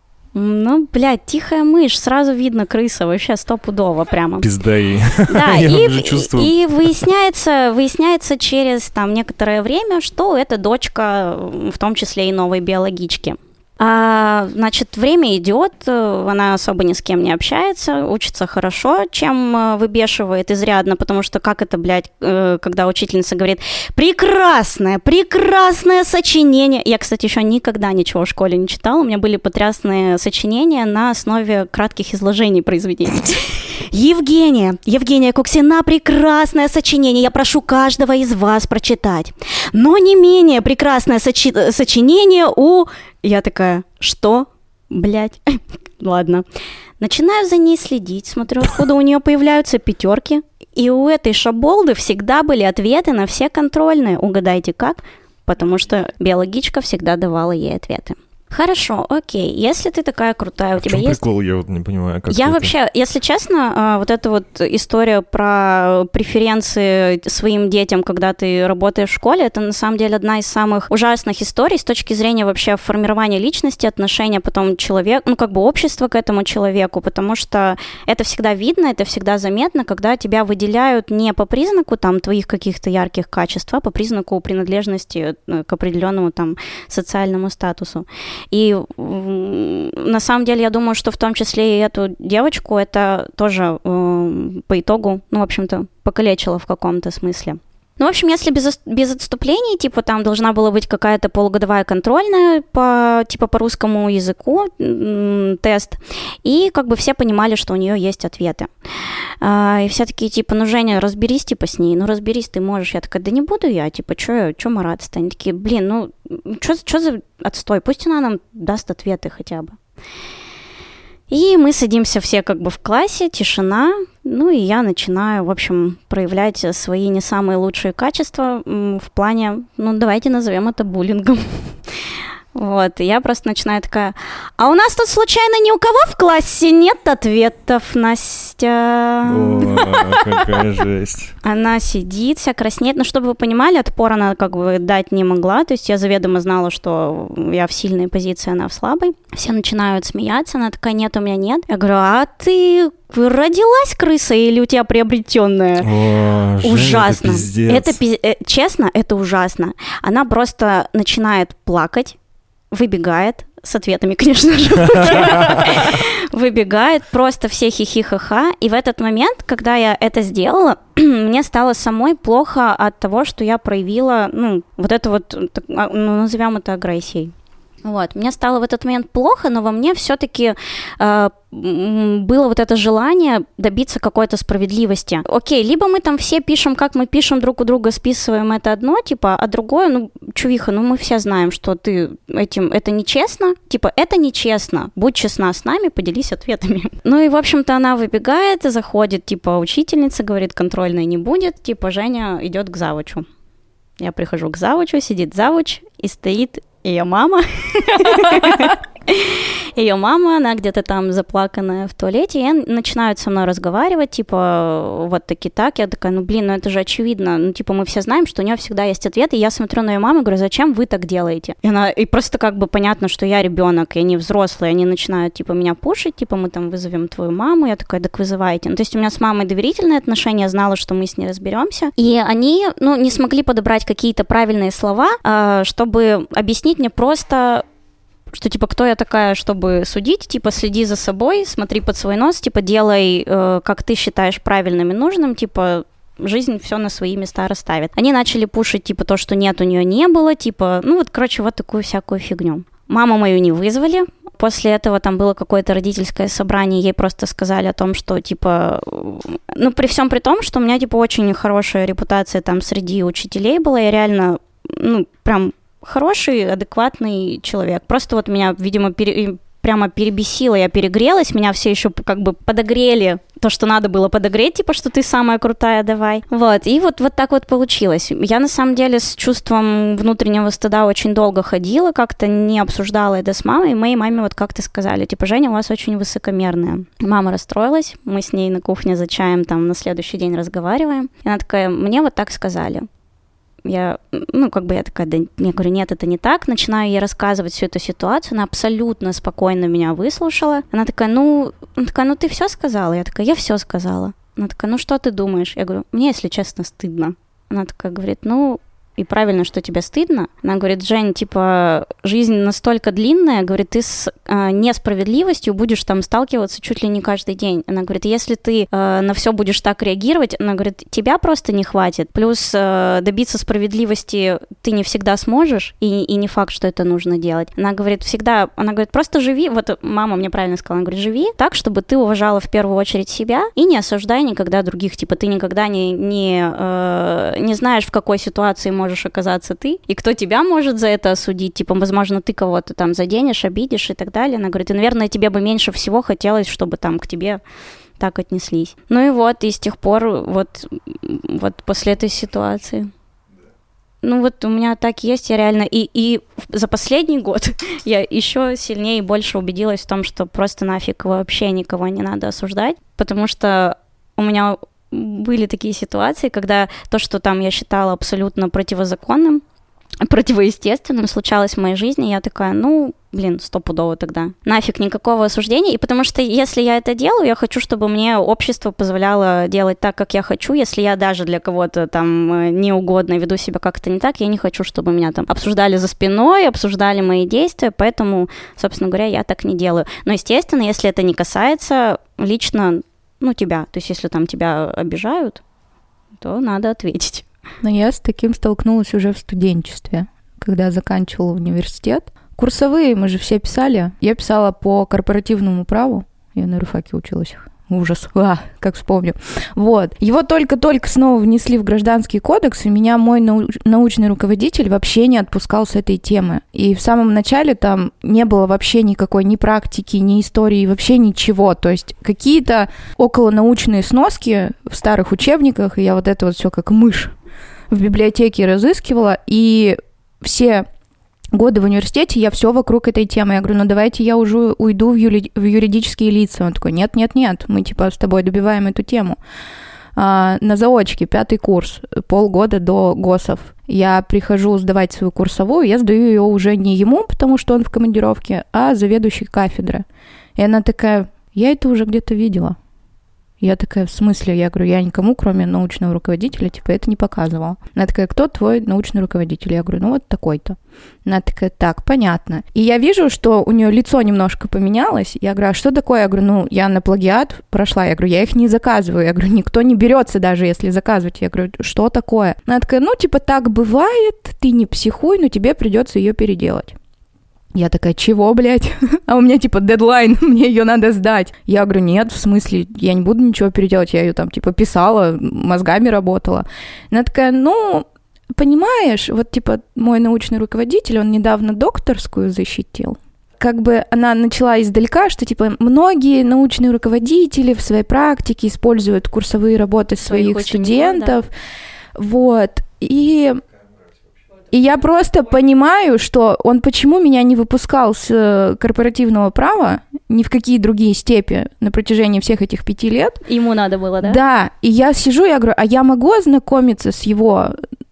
Speaker 3: Ну, блядь, тихая мышь, сразу видно крыса, вообще стопудово прямо.
Speaker 1: Пизда ей.
Speaker 3: Да,
Speaker 1: Я
Speaker 3: и,
Speaker 1: уже чувствую.
Speaker 3: и выясняется, выясняется через там некоторое время, что это дочка, в том числе и новой биологички. А, значит, время идет, она особо ни с кем не общается, учится хорошо, чем выбешивает изрядно, потому что как это, блядь, когда учительница говорит «прекрасное, прекрасное сочинение». Я, кстати, еще никогда ничего в школе не читала, у меня были потрясные сочинения на основе кратких изложений произведений. Евгения, Евгения Куксина, прекрасное сочинение, я прошу каждого из вас прочитать. Но не менее прекрасное сочи- сочинение у... Я такая, что? Блядь. Ладно. Начинаю за ней следить, смотрю, откуда у нее появляются пятерки. И у этой шаболды всегда были ответы на все контрольные. Угадайте как? Потому что биологичка всегда давала ей ответы. Хорошо, окей, если ты такая крутая, у
Speaker 1: в
Speaker 3: тебя
Speaker 1: чем
Speaker 3: есть...
Speaker 1: прикол? Я вот не понимаю, как
Speaker 3: Я
Speaker 1: это...
Speaker 3: вообще, если честно, вот эта вот история про преференции своим детям, когда ты работаешь в школе, это на самом деле одна из самых ужасных историй с точки зрения вообще формирования личности, отношения потом человека, ну как бы общества к этому человеку, потому что это всегда видно, это всегда заметно, когда тебя выделяют не по признаку там твоих каких-то ярких качеств, а по признаку принадлежности к определенному там социальному статусу. И на самом деле я думаю, что в том числе и эту девочку это тоже э, по итогу, ну, в общем-то, покалечило в каком-то смысле. Ну, в общем, если без, без отступлений, типа, там должна была быть какая-то полугодовая контрольная по, типа, по русскому языку, м- тест, и как бы все понимали, что у нее есть ответы. А, и все такие, типа, ну, Женя, разберись, типа, с ней, ну, разберись, ты можешь. Я такая, да не буду я, типа, чё, чё мараться-то? Они такие, блин, ну, чё, чё за отстой? Пусть она нам даст ответы хотя бы. И мы садимся все как бы в классе, тишина, ну и я начинаю, в общем, проявлять свои не самые лучшие качества в плане, ну давайте назовем это буллингом. Вот, и я просто начинаю такая, а у нас тут случайно ни у кого в классе нет ответов, Настя?
Speaker 1: О, какая жесть.
Speaker 3: Она сидит, вся краснеет, но чтобы вы понимали, отпор она как бы дать не могла, то есть я заведомо знала, что я в сильной позиции, она в слабой. Все начинают смеяться, она такая, нет, у меня нет. Я говорю, а ты родилась крыса или у тебя приобретенная?
Speaker 1: О, Женя,
Speaker 3: ужасно.
Speaker 1: Это пиздец.
Speaker 3: Это, пиз- честно, это ужасно. Она просто начинает плакать, выбегает, с ответами, конечно же, выбегает, просто все хихи-ха-ха. И в этот момент, когда я это сделала, мне стало самой плохо от того, что я проявила, ну, вот это вот, ну, назовем это агрессией. Вот. Мне стало в этот момент плохо, но во мне все-таки э, было вот это желание добиться какой-то справедливости. Окей, либо мы там все пишем, как мы пишем друг у друга, списываем это одно, типа, а другое, ну, чувиха, ну, мы все знаем, что ты этим, это нечестно, типа, это нечестно, будь честна с нами, поделись ответами. Ну и, в общем-то, она выбегает, заходит, типа, учительница, говорит, контрольной не будет, типа, Женя идет к завучу. Я прихожу к завучу, сидит завуч и стоит ее мама. Ее мама, она где-то там заплаканная в туалете, и начинают со мной разговаривать, типа, вот таки так. Я такая, ну, блин, ну это же очевидно. Ну, типа, мы все знаем, что у нее всегда есть ответ, и я смотрю на ее маму и говорю, зачем вы так делаете? И она, и просто как бы понятно, что я ребенок, и они взрослые, они начинают, типа, меня пушить, типа, мы там вызовем твою маму. Я такая, так вызывайте. Ну, то есть у меня с мамой доверительные отношения, я знала, что мы с ней разберемся. И они, ну, не смогли подобрать какие-то правильные слова, чтобы объяснить мне просто... что, типа, кто я такая, чтобы судить, типа, следи за собой, смотри под свой нос, типа, делай, э, как ты считаешь правильным и нужным, типа, жизнь все на свои места расставит. Они начали пушить, типа, то, что нет, у нее не было, типа, ну, вот, короче, вот такую всякую фигню. Маму мою не вызвали. После этого там было какое-то родительское собрание, ей просто сказали о том, что, типа, ну, при всем при том, что у меня, типа, очень хорошая репутация там среди учителей была, я реально, ну, прям... хороший, адекватный человек. Просто вот меня, видимо, пере, прямо перебесило, я перегрелась, меня все еще как бы подогрели, то, что надо было подогреть, типа, что ты самая крутая, давай. Вот, и вот, вот так вот получилось. Я, на самом деле, с чувством внутреннего стыда очень долго ходила, как-то не обсуждала это с мамой, и моей маме вот как-то сказали, типа, Женя, у вас очень высокомерная. Мама расстроилась, мы с ней на кухне за чаем там на следующий день разговариваем, и она такая, мне вот так сказали. Я, ну, как бы я такая, да, я говорю, нет, это не так. Начинаю ей рассказывать всю эту ситуацию, она абсолютно спокойно меня выслушала. Она такая, ну, она такая, ну, ты все сказала? Я такая, я все сказала. Она такая, ну, что ты думаешь? Я говорю, мне, если честно, стыдно. Она такая говорит, ну, и правильно, что тебе стыдно. Она говорит, Жень, типа, жизнь настолько длинная, говорит, ты с э, несправедливостью будешь там сталкиваться чуть ли не каждый день. Она говорит, если ты э, на все будешь так реагировать, она говорит, тебя просто не хватит. Плюс э, добиться справедливости ты не всегда сможешь, и, и не факт, что это нужно делать. Она говорит, всегда, она говорит, просто живи, вот мама мне правильно сказала, она говорит, живи так, чтобы ты уважала в первую очередь себя и не осуждай никогда других. Типа, ты никогда не, не, э, не знаешь, в какой ситуации можешь можешь оказаться ты, и кто тебя может за это осудить, типа, возможно, ты кого-то там заденешь, обидишь и так далее. Она говорит, и, наверное, тебе бы меньше всего хотелось, чтобы там к тебе так отнеслись. Ну и вот, и с тех пор вот, вот после этой ситуации... Ну вот у меня так есть, я реально... И, и за последний год я еще сильнее и больше убедилась в том, что просто нафиг вообще никого не надо осуждать, потому что у меня... были такие ситуации, когда то, что там я считала абсолютно противозаконным, противоестественным, случалось в моей жизни, я такая, ну, блин, стопудово тогда. Нафиг никакого осуждения, и потому что если я это делаю, я хочу, чтобы мне общество позволяло делать так, как я хочу, если я даже для кого-то там неугодно веду себя как-то не так, я не хочу, чтобы меня там обсуждали за спиной, обсуждали мои действия, поэтому, собственно говоря, я так не делаю. Но, естественно, если это не касается лично ну, тебя. То есть, если там тебя обижают, то надо ответить.
Speaker 2: Но я с таким столкнулась уже в студенчестве, когда заканчивала университет. Курсовые мы же все писали. Я писала по корпоративному праву. Я на юрфаке училась. Ужас, а, как вспомню. Вот. Его только-только снова внесли в Гражданский кодекс, и меня мой нау- научный руководитель вообще не отпускал с этой темы. И в самом начале там не было вообще никакой ни практики, ни истории, вообще ничего. То есть какие-то околонаучные сноски в старых учебниках, и я вот это вот все как мышь в библиотеке разыскивала, и все... годы в университете, я все вокруг этой темы. Я говорю, ну давайте я уже уйду в, юри- в юридические лица. Он такой, нет-нет-нет, мы типа с тобой добиваем эту тему. А, на заочке, пятый курс, полгода до ГОСов. Я прихожу сдавать свою курсовую, я сдаю ее уже не ему, потому что он в командировке, а заведующей кафедры. И она такая, я это уже где-то видела. Я такая, в смысле? Я говорю, я никому, кроме научного руководителя, типа, это не показывала. Она такая, кто твой научный руководитель? Я говорю, ну вот такой-то. Она такая, так, понятно. И я вижу, что у нее лицо немножко поменялось. Я говорю, а что такое? Я говорю, ну, я на плагиат прошла. Я говорю, я их не заказываю. Я говорю, никто не берется даже, если заказывать. Я говорю, что такое? Она такая, ну, типа, так бывает, ты не психуй, но тебе придется ее переделать. Я такая, чего, блядь? А у меня, типа, дедлайн, мне ее надо сдать. Я говорю, нет, в смысле, я не буду ничего переделать, я ее там, типа, писала, мозгами работала. Она такая, ну, понимаешь, вот, типа, мой научный руководитель, он недавно докторскую защитил. Как бы она начала издалека, что, типа, многие научные руководители в своей практике используют курсовые работы своих, своих студентов. Да. Вот, и... И я просто понимаю, что он почему меня не выпускал с корпоративного права ни в какие другие степи на протяжении всех этих пяти лет.
Speaker 3: Ему надо было, да?
Speaker 2: Да, и я сижу, я говорю, а я могу ознакомиться с его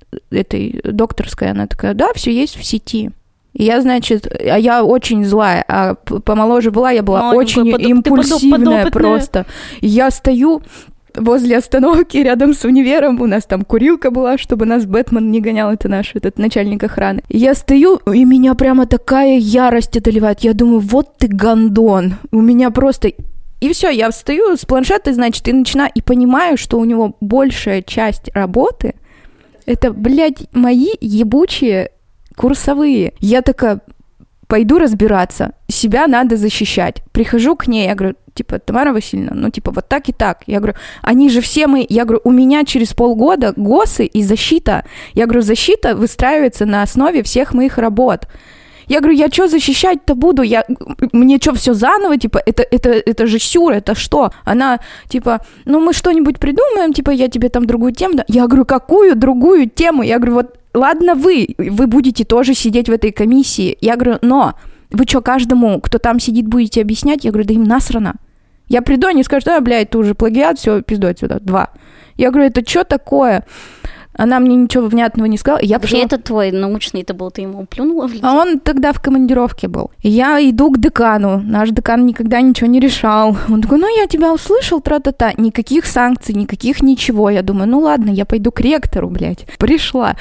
Speaker 2: этой докторской? Она такая, да, все есть в сети. И я, значит, а я очень злая, а помоложе была, я была Маленькая, очень под, импульсивная просто. И я стою... возле остановки, рядом с универом, у нас там курилка была, чтобы нас Бэтмен не гонял, это наш этот начальник охраны. И я стою, и меня прямо такая ярость одолевает. Я думаю, вот ты гондон. У меня просто... И все, я встаю с планшета, значит, и начинаю, и понимаю, что у него большая часть работы — это, блядь, мои ебучие курсовые. Я такая... пойду разбираться, себя надо защищать. Прихожу к ней, я говорю, типа, Тамара Васильевна, ну, типа, вот так и так. Я говорю, они же все мы... Я говорю, у меня через полгода ГОСы и защита. Я говорю, защита выстраивается на основе всех моих работ. Я говорю, я что защищать-то буду? Я... Мне что, все заново? Типа, это, это, это же сюр, это что? Она, типа, ну, мы что-нибудь придумаем, типа, я тебе там другую тему... Я говорю, какую другую тему? Я говорю, вот, ладно вы, вы будете тоже сидеть в этой комиссии. Я говорю, но вы что, каждому, кто там сидит, будете объяснять? Я говорю, да им насрано. Я приду, они скажут, а, блядь, ты уже плагиат, все, пиздой отсюда, два. Я говорю, это что такое? Она мне ничего внятного не сказала. Я
Speaker 3: пошла... это твой научный, это был, ты ему плюнула в лицо?
Speaker 2: А он тогда в командировке был. И я иду к декану. Наш декан никогда ничего не решал. Он такой, ну, я тебя услышал, тра-та-та. Никаких санкций, никаких ничего. Я думаю, ну, ладно, я пойду к ректору, блядь. Пришла.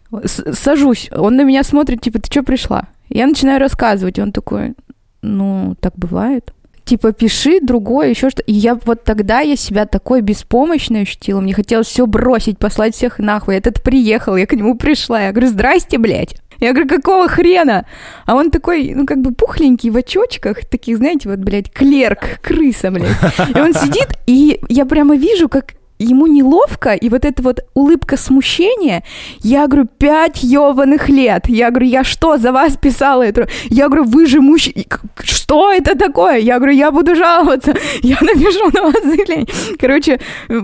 Speaker 2: С- сажусь. Он на меня смотрит, типа, ты что пришла? Я начинаю рассказывать. И он такой, ну, так бывает. Типа, пиши другое, еще что. И я вот тогда я себя такой беспомощной ощутила. Мне хотелось все бросить, послать всех нахуй. Этот приехал, я к нему пришла. Я говорю, здрасте, блядь. Я говорю, какого хрена? А он такой, ну, как бы пухленький в очочках, таких, знаете, вот, блядь, клерк, крыса, блядь. И он сидит, и я прямо вижу, как ему неловко, и вот эта вот улыбка смущения, я говорю, пять ёбаных лет, я говорю, я что, за вас писала это? Я говорю, вы же мужчина, что это такое? Я говорю, я буду жаловаться, я напишу на вас заявление. Короче,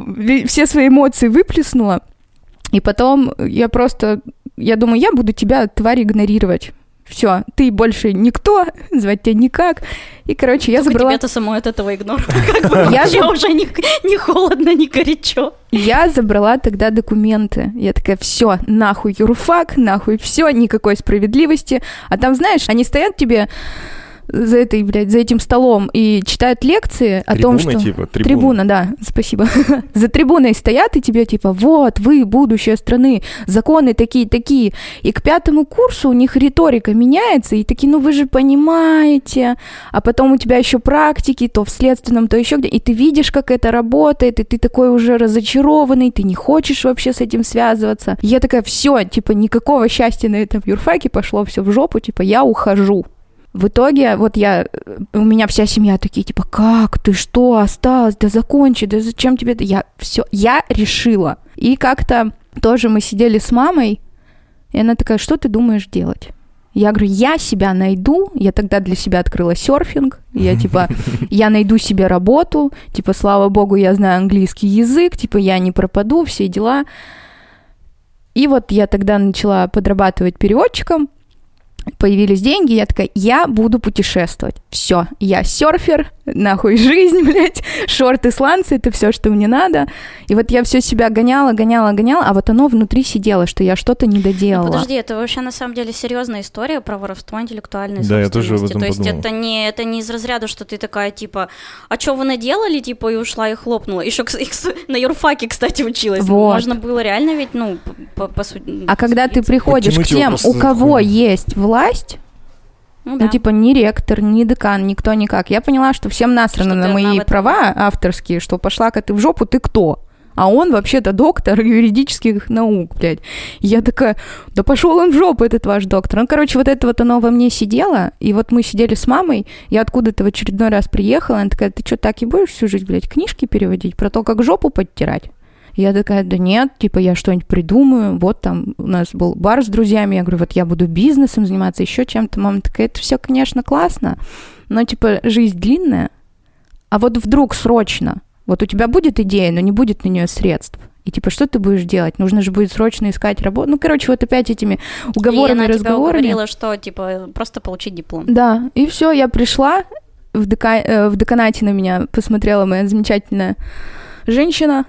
Speaker 2: все свои эмоции выплеснула, и потом я просто, я думаю, я буду тебя, тварь, игнорировать. Все, ты больше никто, звать тебя никак. И, короче, я забрала...
Speaker 3: Тебе-то самой от этого игнор. Как бы вообще уже не холодно, не горячо.
Speaker 2: Я забрала тогда документы. Я такая, все, нахуй юрфак, нахуй все, никакой справедливости. А там, знаешь, они стоят тебе... за этой, блядь, за этим столом и читают лекции о
Speaker 1: трибуна,
Speaker 2: том, что...
Speaker 1: Типа, трибуна.
Speaker 2: Трибуна, да, спасибо. За трибуной стоят и тебе типа, вот, вы, будущее страны, законы такие-такие. И к пятому курсу у них риторика меняется, и такие, ну вы же понимаете, а потом у тебя еще практики, то в следственном, то еще где, и ты видишь, как это работает, и ты такой уже разочарованный, ты не хочешь вообще с этим связываться. И я такая, все, типа, никакого счастья на этом юрфаке, пошло все в жопу, типа, я ухожу. В итоге, вот я, у меня вся семья такие, типа, как, ты что, осталась, да закончи, да зачем тебе это? Я все, я решила. И как-то тоже мы сидели с мамой, и она такая, что ты думаешь делать? Я говорю, я себя найду, я тогда для себя открыла серфинг, я типа, я найду себе работу, типа, слава богу, я знаю английский язык, типа, я не пропаду, все дела. И вот я тогда начала подрабатывать переводчиком, появились деньги, я такая, я буду путешествовать. Все, я серфер, нахуй жизнь, блядь, шорты, сланцы, это все, что мне надо. И вот я все себя гоняла, гоняла, гоняла, а вот оно внутри сидело, что я что-то не доделала.
Speaker 3: Ну, подожди, это вообще на самом деле серьезная история про воровство интеллектуальной
Speaker 1: да,
Speaker 3: собственности.
Speaker 1: Я тоже об этом
Speaker 3: То есть
Speaker 1: подумал.
Speaker 3: это не, это не из разряда, что ты такая, типа, а что вы наделали, типа, и ушла, и хлопнула. Еще на юрфаке, кстати, училась.
Speaker 2: Вот.
Speaker 3: Можно было реально ведь, ну, по, по сути...
Speaker 2: А когда ты приходишь к тем, у кого есть власть, Ну, да. ну, типа, ни ректор, ни декан, никто никак. Я поняла, что всем насрано что на мои права авторские, что пошла-ка ты в жопу, ты кто? А он вообще-то доктор юридических наук, блядь. И я такая, да пошел он в жопу, этот ваш доктор. Ну, короче, вот это вот оно во мне сидело, и вот мы сидели с мамой, я откуда-то в очередной раз приехала, она такая, ты что, так и будешь всю жизнь, блядь, книжки переводить про то, как жопу подтирать? Я такая, да нет, типа, я что-нибудь придумаю. Вот там у нас был бар с друзьями. Я говорю, вот я буду бизнесом заниматься, еще чем-то. Мама такая, это все, конечно, классно, но, типа, жизнь длинная. А вот вдруг срочно, вот у тебя будет идея, но не будет на нее средств. И, типа, что ты будешь делать? Нужно же будет срочно искать работу. Ну, короче, вот опять этими уговорами,
Speaker 3: и она
Speaker 2: разговорами.
Speaker 3: Тебя уговорила, что, типа, просто получить диплом.
Speaker 2: Да, и все, я пришла, в, дека... в деканате на меня посмотрела моя замечательная женщина.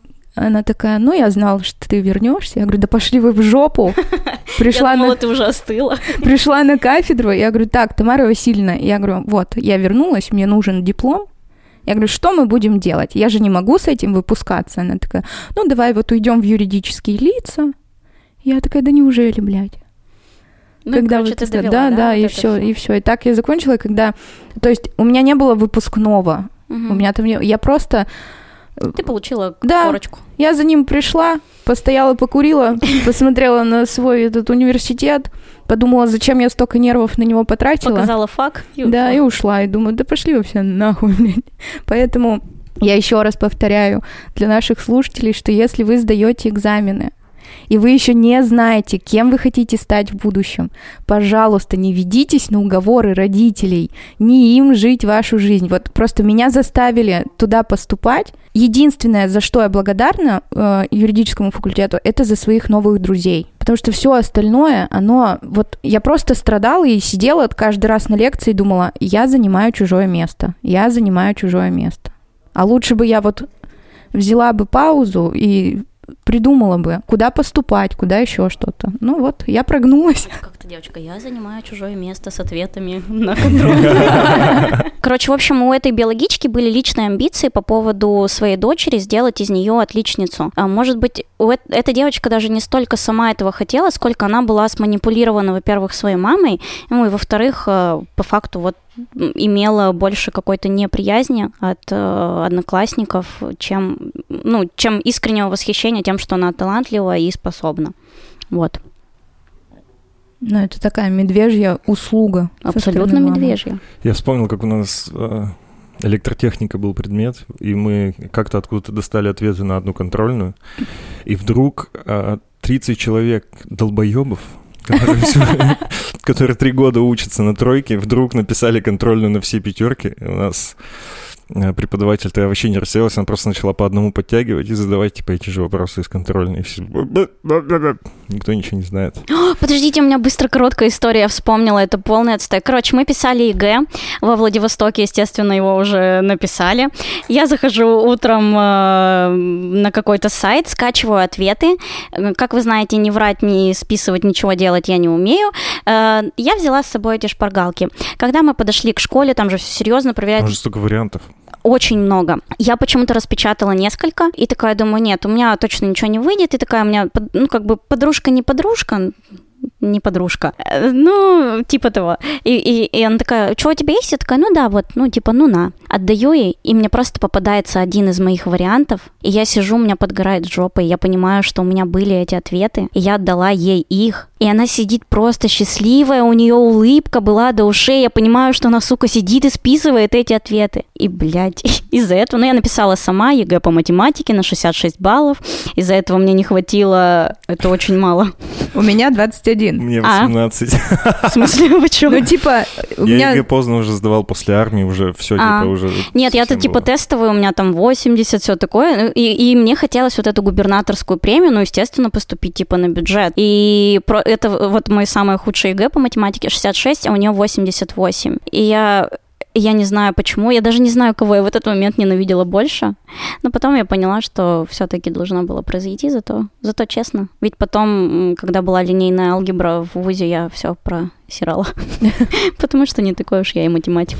Speaker 2: Она такая, ну, я знала, что ты вернешься. Я говорю, да пошли вы в жопу.
Speaker 3: Пришла я думала, на... ты уже остыла.
Speaker 2: Пришла на кафедру, я говорю, так, Тамара Васильевна, я говорю, вот, я вернулась, мне нужен диплом. Я говорю, что мы будем делать? Я же не могу с этим выпускаться. Она такая, ну, давай вот уйдем в юридические лица. Я такая, да неужели, блядь?
Speaker 3: Ну,
Speaker 2: когда
Speaker 3: короче,
Speaker 2: вот,
Speaker 3: ты довела,
Speaker 2: да,
Speaker 3: да,
Speaker 2: да,
Speaker 3: вот
Speaker 2: и все,
Speaker 3: всё.
Speaker 2: и все. И так я закончила, когда... То есть у меня не было выпускного. Угу. У меня там... Я просто...
Speaker 3: Ты получила
Speaker 2: да,
Speaker 3: корочку.
Speaker 2: Я за ним пришла, постояла, покурила, посмотрела на свой этот университет, подумала, зачем я столько нервов на него потратила.
Speaker 3: Показала фак
Speaker 2: и ушла. Да, и ушла. И думаю, да пошли вы все нахуй, блядь. Поэтому я еще раз повторяю для наших слушателей, что если вы сдаете экзамены, и вы еще не знаете, кем вы хотите стать в будущем, пожалуйста, не ведитесь на уговоры родителей, не им жить вашу жизнь. Вот просто меня заставили туда поступать. Единственное, за что я благодарна э, юридическому факультету, это за своих новых друзей. Потому что все остальное, оно... Вот я просто страдала и сидела каждый раз на лекции и думала, я занимаю чужое место, я занимаю чужое место. А лучше бы я вот взяла бы паузу и... придумала бы, куда поступать, куда еще что-то. Ну вот, я прогнулась.
Speaker 3: Как-то, девочка, я занимаю чужое место с ответами на контроль. Короче, в общем, у этой биологички были личные амбиции по поводу своей дочери сделать из нее отличницу. А может быть, эта девочка даже не столько сама этого хотела, сколько она была сманипулирована, во-первых, своей мамой, ну и, во-вторых, по факту вот имела больше какой-то неприязни от э, одноклассников, чем, ну, чем искреннего восхищения тем, что она талантлива и способна. Вот.
Speaker 2: Ну, это такая медвежья услуга.
Speaker 3: Абсолютно медвежья.
Speaker 1: Я вспомнил, как у нас э, электротехника был предмет, и мы как-то откуда-то достали ответы на одну контрольную, и вдруг э, тридцать человек долбоебов, которые, которые три года учатся на тройке, вдруг написали контрольную на все пятерки. У нас преподаватель-то вообще не расселась, она просто начала по одному подтягивать и задавать типа эти же вопросы из контрольной. Все... Никто ничего не знает.
Speaker 3: О, подождите, у меня быстро короткая история, я вспомнила, это полный отстой. Короче, мы писали ЕГЭ во Владивостоке, естественно, его уже написали. Я захожу утром э, на какой-то сайт, скачиваю ответы. Как вы знаете, не врать, не списывать, ничего делать я не умею. Э, я взяла с собой эти шпаргалки. Когда мы подошли к школе, там же все серьезно проверяют.
Speaker 1: Там же столько вариантов.
Speaker 3: Очень много. Я почему-то распечатала несколько, и такая думаю, нет, у меня точно ничего не выйдет, и такая у меня, ну, как бы подружка не подружка, не подружка, ну, типа того. И, и, и она такая, что у тебя есть? Я такая, ну да, вот, ну, типа, ну на. Отдаю ей, и мне просто попадается один из моих вариантов, и я сижу, у меня подгорает жопа, и я понимаю, что у меня были эти ответы, и я отдала ей их, и она сидит просто счастливая, у нее улыбка была до ушей, я понимаю, что она, сука, сидит и списывает эти ответы. И, блядь, из-за этого, ну, я написала сама ЕГЭ по математике на шестьдесят шесть баллов, из-за этого мне не хватило, это очень мало.
Speaker 2: У меня двадцать один.
Speaker 1: Мне восемнадцать.
Speaker 3: А? В смысле, почему?
Speaker 2: Ну, типа, у
Speaker 1: я
Speaker 2: меня...
Speaker 1: ЕГЭ поздно уже сдавал после армии, уже все, а. типа, уже...
Speaker 3: Нет, я-то, типа, было. Тестовый, у меня там восемьдесят, все такое, и, и мне хотелось вот эту губернаторскую премию, ну, естественно, поступить, типа, на бюджет. И про... это вот мой самый худший ЕГЭ по математике, шестьдесят шесть, а у нее восемьдесят восемь. И я... Я не знаю почему, я даже не знаю, кого я в этот момент ненавидела больше, но потом я поняла, что все-таки должно было произойти, зато, зато честно. Ведь потом, когда была линейная алгебра в вузе, я все просирала, потому что не такой уж я и математик.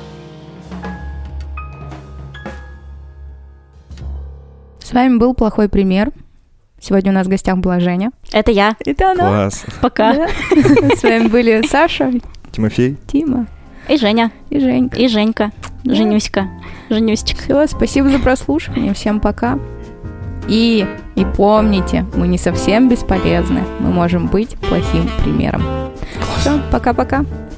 Speaker 2: С вами был «Плохой пример». Сегодня у нас в гостях была Женя.
Speaker 3: Это я.
Speaker 2: Это она.
Speaker 1: Класс.
Speaker 3: Пока.
Speaker 2: Да. С вами были Саша,
Speaker 1: Тимофей.
Speaker 2: Тима
Speaker 3: И Женя.
Speaker 2: и Женька.
Speaker 3: И Женька.
Speaker 2: Да.
Speaker 3: Женюська. Женюсечка.
Speaker 2: Все, спасибо за прослушивание. Всем пока. И, и помните, мы не совсем бесполезны. Мы можем быть плохим примером. Все, пока-пока.